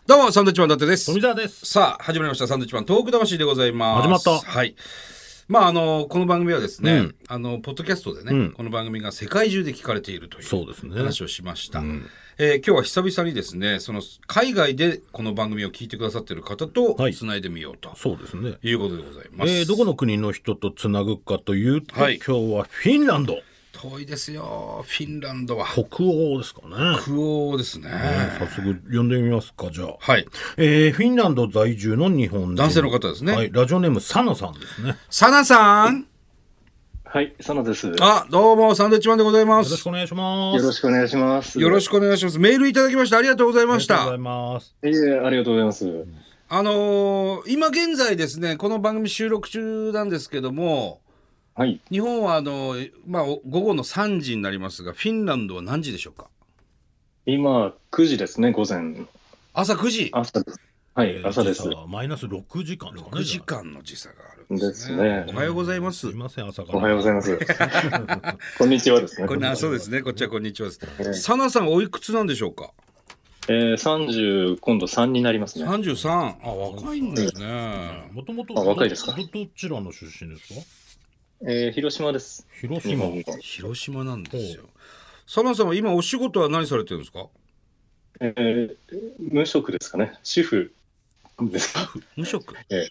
どうもサンドウィッチマン伊達です。 富澤です。 さあ始まりましたサンドウィッチマントーク魂でございます。 始まった。 はい。まあこの番組はですね、ポッドキャストでね、この番組が世界中で聞かれているという話をしました。今日は久々にですね、その海外でこの番組を聞いてくださっている方とつないでみようと、 そうですね。 いうことでございます。 どこの国の人とつなぐかというと、 はい、 今日はフィンランド。 遠いですよ、フィンランドは。 北欧ですかね。 北欧ですね。 早速呼んでみますか、じゃあ。 はい。 フィンランド在住の日本人。 男性の方ですね。 はい。ラジオネーム、サナさんですね。 サナさん。 はい、サナです。 あ、どうも、サンドウィッチマンでございます。 よろしくお願いします。 よろしくお願いします。 よろしくお願いします。メールいただきましてありがとうございました。 ありがとうございます。 いえ、ありがとうございます。 今現在ですね、この番組収録中なんですけども、 はい。 日本は午後の3時になりますが、フィンランドは何時でしょうか？ 今、9時ですね、午前。 朝9時。 朝です。はい、朝です。 マイナス6時間ですかね。 6時間の時差があるんですね。 ですね。 おはようございます。 すいません、朝から。 おはようございます。こんにちはですね。 そうですね、こっちはこんにちはです。サナさんおいくつなんでしょうか ？30、今度3になりますね。 33。あ、若いんですね。 もともと若いですか？ どちらの出身ですか？ 広島です。 広島。 広島なんですよ。サナさんは今お仕事は何されてるんですか？ 無職ですかね。主婦ですか？ 無職。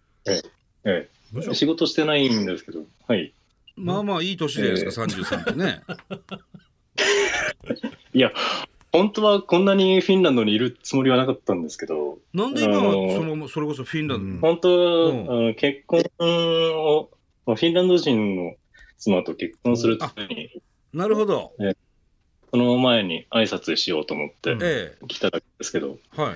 仕事してないんですけど、はい。 まあまあいい年じゃないですか、33ってね。 いや、本当はこんなにフィンランドにいるつもりはなかったんですけど、 なんで今はそれこそフィンランド、 本当は、結婚を、フィンランド人の妻と結婚するために、 なるほど、 その前に挨拶しようと思って来ただけですけど、 はい、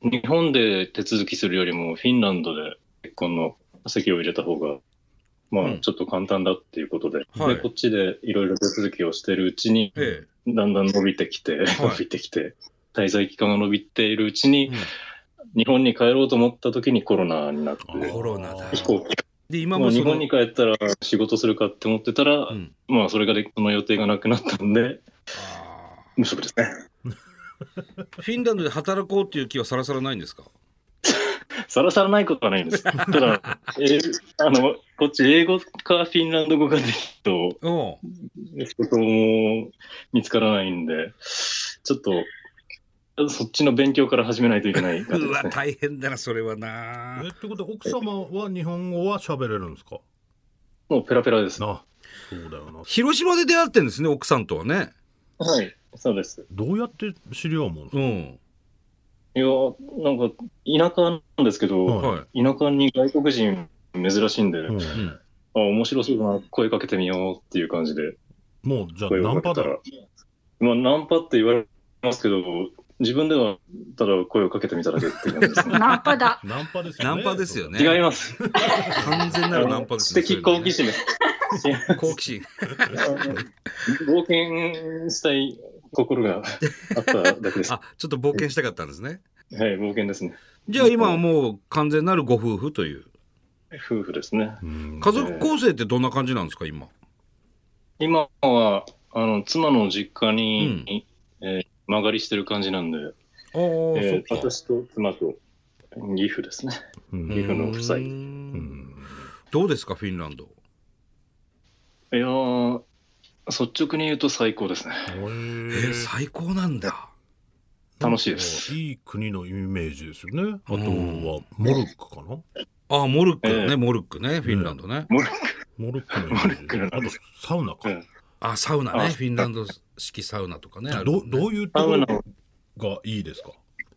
日本で手続きするよりもフィンランドで結婚の籍を入れた方が、まあ、ちょっと簡単だっていうことで、でこっちでいろいろ手続きをしているうちに、だんだん伸びてきて、滞在期間が伸びているうちに、日本に帰ろうと思った時にコロナになって、 コロナだ飛行機で今も日本に帰ったら仕事するかって思ってたら、まあそれがその予定がなくなったんで、無職ですね。 フィンランドで働こうっていう気はさらさらないんですか？ さらさらないことはないんです。ただ、こっち英語かフィンランド語ができると、仕事も見つからないんで、ちょっと、そっちの勉強から始めないといけない感じですね。 うわ、大変だな、それはな。 ってことで、奥様は日本語は喋れるんですか？ もうペラペラです。 そうだよな。 広島で出会ってるんですね、奥さんとはね。 はい、そうです。 どうやって知り合うもんですか？ いや、なんか、田舎なんですけど、田舎に外国人珍しいんで、面白そうだな、声かけてみようっていう感じで。 もう、じゃあ、ナンパだろ。 まあ、ナンパって言われますけど、自分ではただ声をかけてみただけっていう感じですね。 ナンパだ。 ナンパですよね。ナンパですよね。 違います。 完全なるナンパですね。 知的好奇心です。 好奇心。 冒険したい心があっただけです。 ちょっと冒険したかったんですね。 はい、冒険ですね。 じゃあ今はもう完全なるご夫婦という。 夫婦ですね。 家族構成ってどんな感じなんですか、今？ 今は、妻の実家に、間借りしてる感じなんで、私と妻と義父ですね。義父の夫妻。 どうですか、フィンランド？ いやー、率直に言うと最高ですね。 最高なんだ。 楽しいです。 いい国のイメージですよね。あとはモルックかな。 モルックね、モルックね、フィンランドね。 モルックのイメージ。あとサウナか。 サウナね、フィンランド式サウナとかね。 どういうところがいいですか？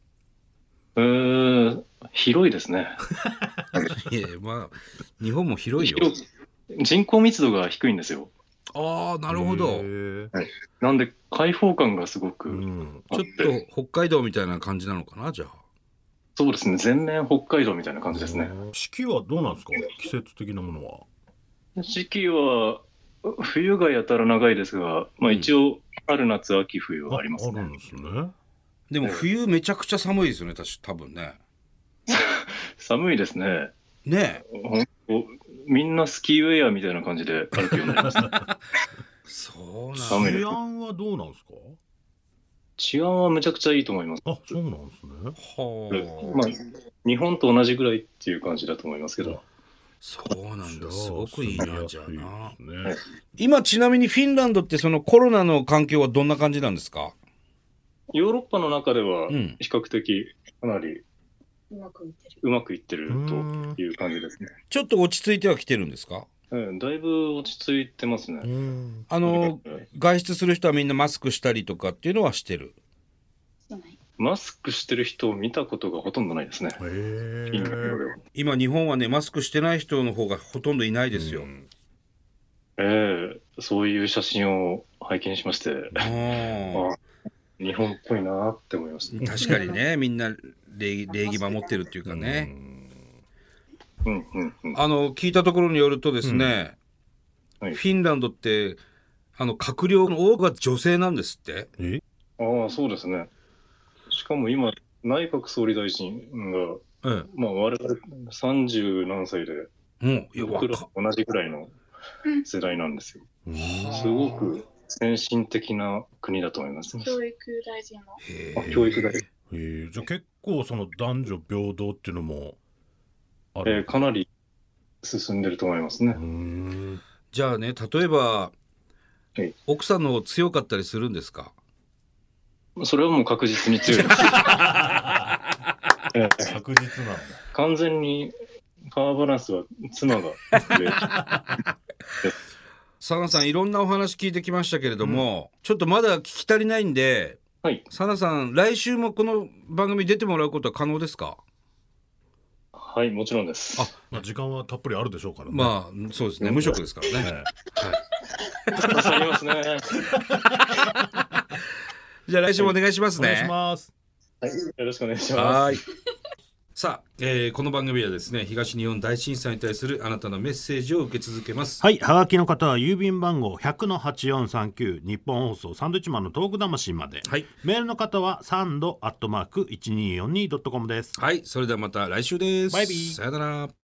広いですね。 いや、まあ日本も広いよ。 人口密度が低いんですよ。 なるほど。 なんで開放感がすごくちょっと北海道みたいな感じなのかな、じゃあ。 そうですね、全面北海道みたいな感じですね。 四季はどうなんですか？季節的なものは。 四季は冬がやたら長いですが、まあ一応春夏秋冬はありますね。 あるんですね。 でも冬めちゃくちゃ寒いですよね、多分ね。 寒いですね。 ねえ。みんなスキーウェアみたいな感じで歩くようになりますね。 そうなん治安はどうなんですか？ 治安はむちゃくちゃいいと思います。 あ、そうなんですね。 はまあ、日本と同じぐらいっていう感じだと思いますけど。 そうなんだ。すごくいいな、じゃあな。 ね、 今ちなみにフィンランドってそのコロナの環境はどんな感じなんですか？ ヨーロッパの中では比較的かなりうまくいってるという感じですね。 ちょっと落ち着いてはきてるんですか？ だいぶ落ち着いてますね。 外出する人はみんなマスクしたりとかっていうのはしてる？ マスクしてる人を見たことがほとんどないですね。 今日本はねマスクしてない人の方がほとんどいないですよ。 そういう写真を拝見しまして日本っぽいなって思いました。 確かにねみんな礼儀守ってるっていうかね。聞いたところによるとですね、フィンランドって閣僚の多くが女性なんですって。 そうですね。しかも今内閣総理大臣が、まあ我々30何歳で、僕ら同じぐらいの世代なんですよ。すごく先進的な国だと思います。 教育大臣の。 教育大臣。 じゃあ結構その男女平等っていうのもある、かなり進んでると思いますね。 じゃあね例えば、奥さんの方強かったりするんですか？ それはもう確実に強いです。 確実なんだ。 完全にパワーバランスは妻がサナさんいろんなお話聞いてきましたけれども、ちょっとまだ聞き足りないんで、サナさん来週もこの番組出てもらうことは可能ですか？ はい、もちろんです。 時間はたっぷりあるでしょうからね。 まあそうですね、無職ですからね。 助かりますね。 じゃあ来週もお願いしますね。 お願いします。 はい、よろしくお願いします。 さあ、この番組はですね東日本大震災に対するあなたのメッセージを受け続けます。 はい、はがきの方は郵便番号 100-8439 日本放送サンドイッチマンのトーク魂まで、メールの方はサンド@1242.comです。 はい、それではまた来週です。 バイビー。 さよなら。